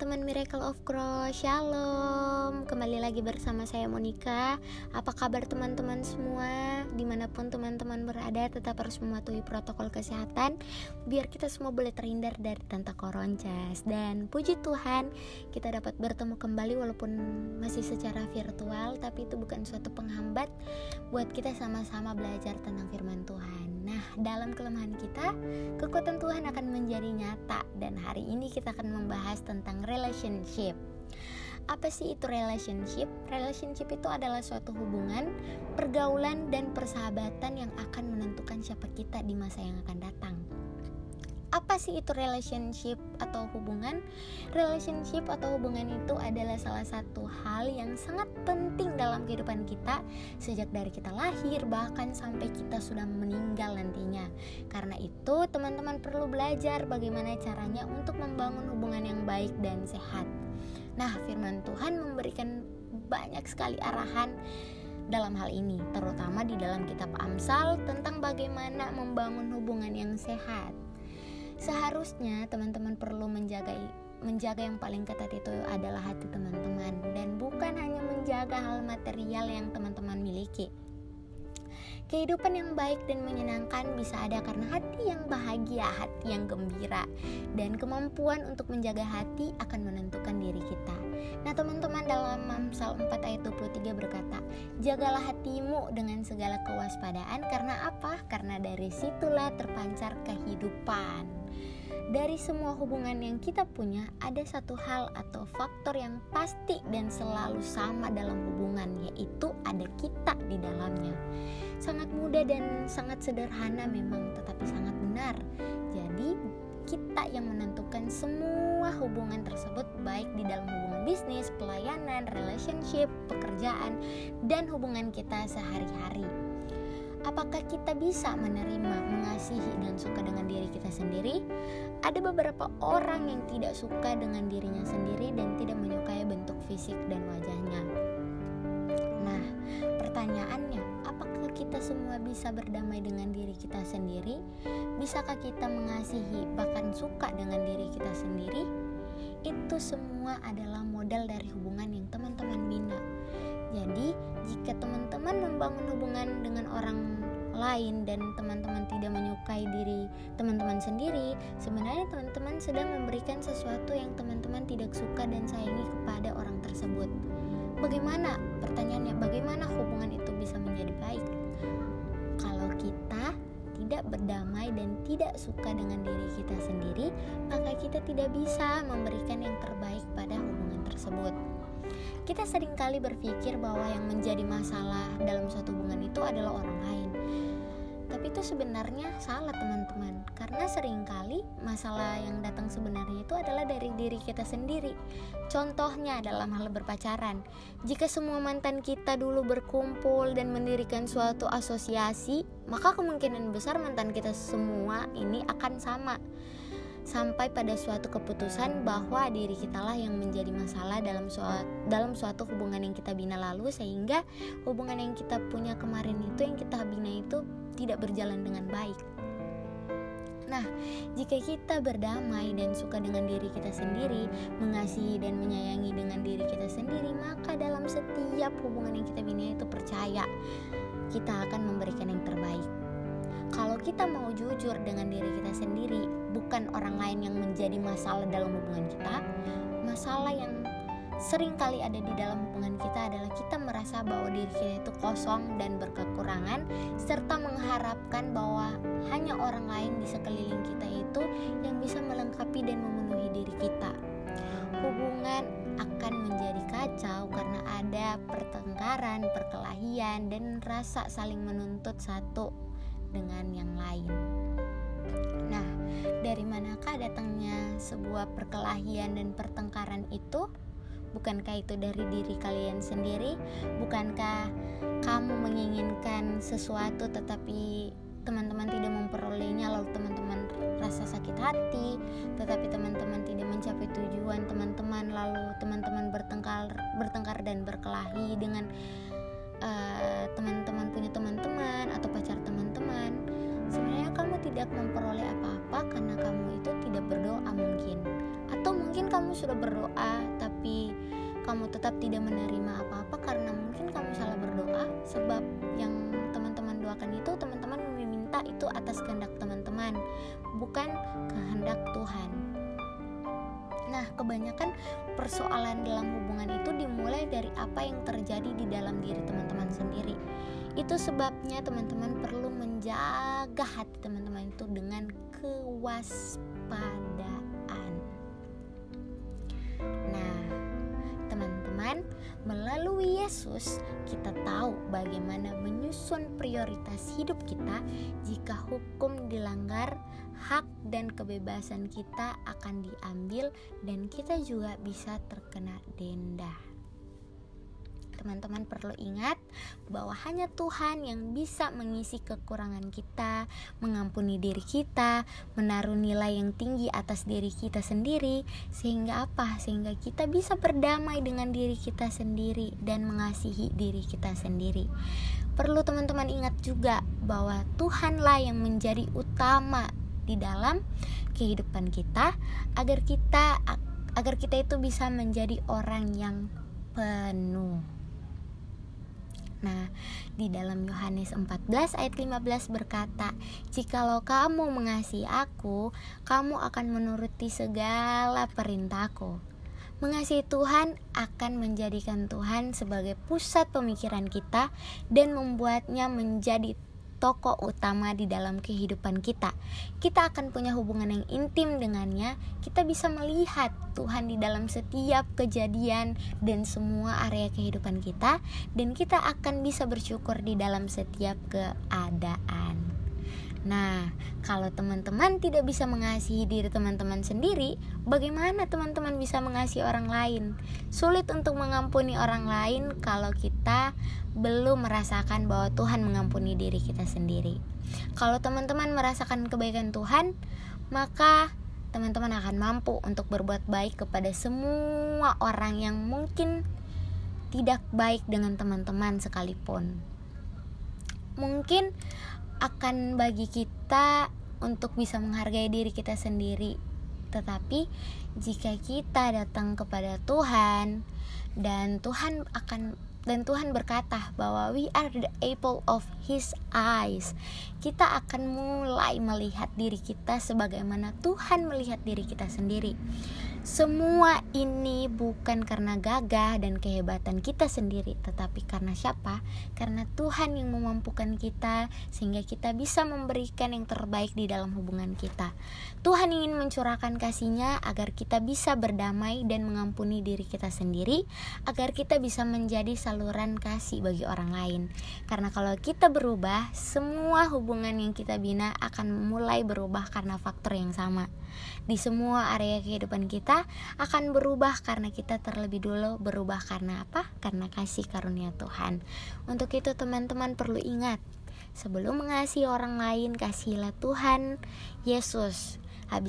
teman-teman Miracle of Cross, Shalom. Kembali lagi bersama saya Monica. Apa kabar teman-teman semua? Dimanapun teman-teman berada, tetap harus mematuhi protokol kesehatan biar kita semua boleh terhindar dari tanta koroncas. Dan puji Tuhan, kita dapat bertemu kembali walaupun masih secara virtual, tapi itu bukan suatu penghambat buat kita sama-sama belajar tentang firman Tuhan. Nah, dalam kelemahan kita, kekuatan Tuhan akan menjadi nyata. Dan hari ini kita akan membahas tentang relationship. Apa sih itu relationship? Relationship itu adalah suatu hubungan, pergaulan, dan persahabatan yang akan menentukan siapa kita di masa yang akan datang. Apa sih itu relationship atau hubungan? Relationship atau hubungan itu adalah salah satu hal yang sangat penting dalam kehidupan kita sejak dari kita lahir bahkan sampai kita sudah meninggal nantinya. Karena itu teman-teman perlu belajar bagaimana caranya untuk membangun hubungan yang baik dan sehat. Nah, firman Tuhan memberikan banyak sekali arahan dalam hal ini, terutama di dalam kitab Amsal tentang bagaimana membangun hubungan yang sehat. Seharusnya teman-teman perlu menjaga yang paling ketat itu adalah hati teman-teman, dan bukan hanya menjaga hal material yang teman-teman miliki. Kehidupan yang baik dan menyenangkan bisa ada karena hati yang bahagia, hati yang gembira, dan kemampuan untuk menjaga hati akan menentukan diri kita. Nah teman-teman, dalam Amsal 4 ayat 23 berkata, "Jagalah hatimu dengan segala kewaspadaan, karena apa? Karena dari situlah terpancar kehidupan." Dari semua hubungan yang kita punya, ada satu hal atau faktor yang pasti dan selalu sama dalam hubungan, yaitu ada kita di dalamnya. Sangat mudah dan sangat sederhana memang, tetapi sangat benar. Jadi, kita yang menentukan semua hubungan tersebut, baik di dalam hubungan bisnis, pelayanan, relationship, pekerjaan, dan hubungan kita sehari-hari. Apakah kita bisa menerima, mengasihi, dan suka dengan diri kita sendiri? Ada beberapa orang yang tidak suka dengan dirinya sendiri dan tidak menyukai bentuk fisik dan wajahnya. Nah, pertanyaannya, apakah kita semua bisa berdamai dengan diri kita sendiri? Bisakah kita mengasihi, bahkan suka dengan diri kita sendiri? Itu semua adalah modal dari hubungan yang teman-teman bina. Jadi, jika teman-teman membangun hubungan dengan orang lain dan teman-teman tidak menyukai diri teman-teman sendiri, sebenarnya teman-teman sedang memberikan sesuatu yang teman-teman tidak suka dan sayangi kepada orang tersebut. Bagaimana? Pertanyaannya, bagaimana hubungan itu bisa menjadi baik? Kalau kita tidak berdamai dan tidak suka dengan diri kita sendiri, maka kita tidak bisa memberikan yang terbaik pada hubungan tersebut. Kita seringkali berpikir bahwa yang menjadi masalah dalam suatu hubungan itu adalah orang lain. Tapi itu sebenarnya salah teman-teman, karena seringkali masalah yang datang sebenarnya itu adalah dari diri kita sendiri. Contohnya dalam hal berpacaran, jika semua mantan kita dulu berkumpul dan mendirikan suatu asosiasi, maka kemungkinan besar mantan kita semua ini akan sama. Sampai pada suatu keputusan bahwa diri kitalah yang menjadi masalah dalam suatu hubungan yang kita bina lalu, sehingga hubungan yang kita punya kemarin itu, yang kita bina itu tidak berjalan dengan baik. Nah, jika kita berdamai dan suka dengan diri kita sendiri, mengasihi dan menyayangi dengan diri kita sendiri, maka dalam setiap hubungan yang kita bina itu, percaya, kita akan memberikan yang terbaik. Kalau kita mau jujur dengan diri kita sendiri, bukan orang lain yang menjadi masalah dalam hubungan kita. Masalah yang sering kali ada di dalam hubungan kita adalah kita merasa bahwa diri kita itu kosong dan berkekurangan, serta mengharapkan bahwa hanya orang lain di sekeliling kita itu yang bisa melengkapi dan memenuhi diri kita. Hubungan akan menjadi kacau karena ada pertengkaran, perkelahian, dan rasa saling menuntut satu dengan yang lain. Nah, dari manakah datangnya sebuah perkelahian dan pertengkaran itu? Bukankah itu dari diri kalian sendiri? Bukankah kamu menginginkan sesuatu tetapi teman-teman tidak memperolehnya, lalu teman-teman rasa sakit hati, tetapi teman-teman tidak mencapai tujuan teman-teman, lalu teman-teman bertengkar dan berkelahi dengan teman-teman punya teman-teman atau pacar teman-teman? Sebenarnya kamu tidak memperoleh apa-apa karena kamu itu tidak berdoa mungkin, atau mungkin kamu sudah berdoa tapi kamu tetap tidak menerima apa-apa karena mungkin kamu salah berdoa. Sebab yang teman-teman doakan itu, teman-teman meminta itu atas kehendak teman-teman, bukan kehendak Tuhan. Nah, kebanyakan persoalan dalam hubungan itu dimulai dari apa yang terjadi di dalam diri teman-teman sendiri. Itu sebabnya teman-teman perlu menjaga hati teman-teman itu dengan kewaspadaan. Nah, teman-teman, melalui Yesus kita tahu bagaimana menyusun prioritas hidup kita. Jika hukum dilanggar, hak dan kebebasan kita akan diambil dan kita juga bisa terkena denda. Teman-teman perlu ingat bahwa hanya Tuhan yang bisa mengisi kekurangan kita, mengampuni diri kita, menaruh nilai yang tinggi atas diri kita sendiri. Sehingga apa? Sehingga kita bisa berdamai dengan diri kita sendiri dan mengasihi diri kita sendiri. Perlu teman-teman ingat juga bahwa Tuhanlah yang menjadi utama di dalam kehidupan kita, agar kita itu bisa menjadi orang yang penuh. Nah, di dalam Yohanes 14 ayat 15 berkata, "Jikalau kamu mengasihi aku, kamu akan menuruti segala perintahku." Mengasihi Tuhan akan menjadikan Tuhan sebagai pusat pemikiran kita dan membuatnya menjadi tokoh utama di dalam kehidupan kita. Kita akan punya hubungan yang intim dengannya. Kita bisa melihat Tuhan di dalam setiap kejadian dan semua area kehidupan kita, dan kita akan bisa bersyukur di dalam setiap keadaan. Nah, kalau teman-teman tidak bisa mengasihi diri teman-teman sendiri, bagaimana teman-teman bisa mengasihi orang lain? Sulit untuk mengampuni orang lain kalau kita belum merasakan bahwa Tuhan mengampuni diri kita sendiri. Kalau teman-teman merasakan kebaikan Tuhan, maka teman-teman akan mampu untuk berbuat baik kepada semua orang yang mungkin tidak baik dengan teman-teman sekalipun. Mungkin akan bagi kita untuk bisa menghargai diri kita sendiri. Tetapi jika kita datang kepada Tuhan dan Tuhan berkata bahwa we are the apple of His eyes, kita akan mulai melihat diri kita sebagaimana Tuhan melihat diri kita sendiri. Semua ini bukan karena gagah dan kehebatan kita sendiri, tetapi karena siapa? Karena Tuhan yang memampukan kita sehingga kita bisa memberikan yang terbaik di dalam hubungan kita. Tuhan ingin mencurahkan kasih-Nya agar kita bisa berdamai dan mengampuni diri kita sendiri, agar kita bisa menjadi saluran kasih bagi orang lain. Karena kalau kita berubah, semua hubungan yang kita bina akan mulai berubah karena faktor yang sama. Di semua area kehidupan kita akan berubah karena kita terlebih dulu berubah karena apa? Karena kasih karunia Tuhan. Untuk itu teman-teman perlu ingat, sebelum mengasihi orang lain, kasihilah Tuhan Yesus.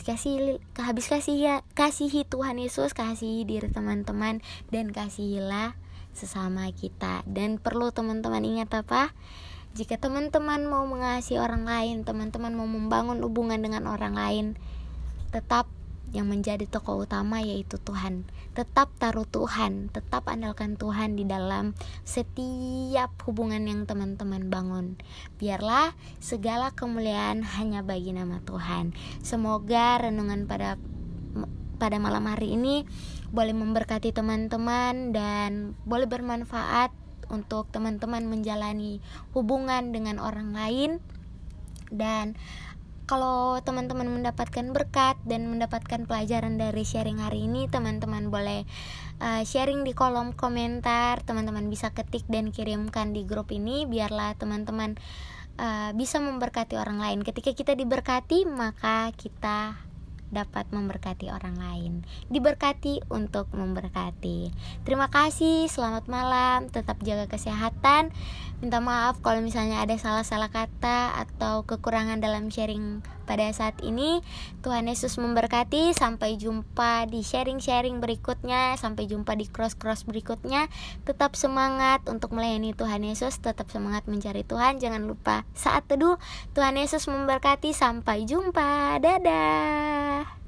Kasihi Tuhan Yesus, kasihi diri teman-teman, dan kasihilah sesama kita. Dan perlu teman-teman ingat apa? Jika teman-teman mau mengasihi orang lain, teman-teman mau membangun hubungan dengan orang lain, tetap yang menjadi tokoh utama yaitu Tuhan. Tetap taruh Tuhan, tetap andalkan Tuhan di dalam setiap hubungan yang teman-teman bangun. Biarlah segala kemuliaan hanya bagi nama Tuhan. Semoga renungan pada malam hari ini boleh memberkati teman-teman dan boleh bermanfaat untuk teman-teman menjalani hubungan dengan orang lain. Dan kalau teman-teman mendapatkan berkat dan mendapatkan pelajaran dari sharing hari ini, teman-teman boleh sharing di kolom komentar. Teman-teman bisa ketik dan kirimkan di grup ini. Biarlah teman-teman bisa memberkati orang lain. Ketika kita diberkati, maka kita dapat memberkati orang lain. Diberkati untuk memberkati. Terima kasih, selamat malam, tetap jaga kesehatan. Minta maaf kalau misalnya ada salah-salah kata atau kekurangan dalam sharing pada saat ini. Tuhan Yesus memberkati. Sampai jumpa di sharing-sharing berikutnya. Sampai jumpa di cross-cross berikutnya. Tetap semangat untuk melayani Tuhan Yesus. Tetap semangat mencari Tuhan. Jangan lupa saat teduh. Tuhan Yesus memberkati. Sampai jumpa. Dadah.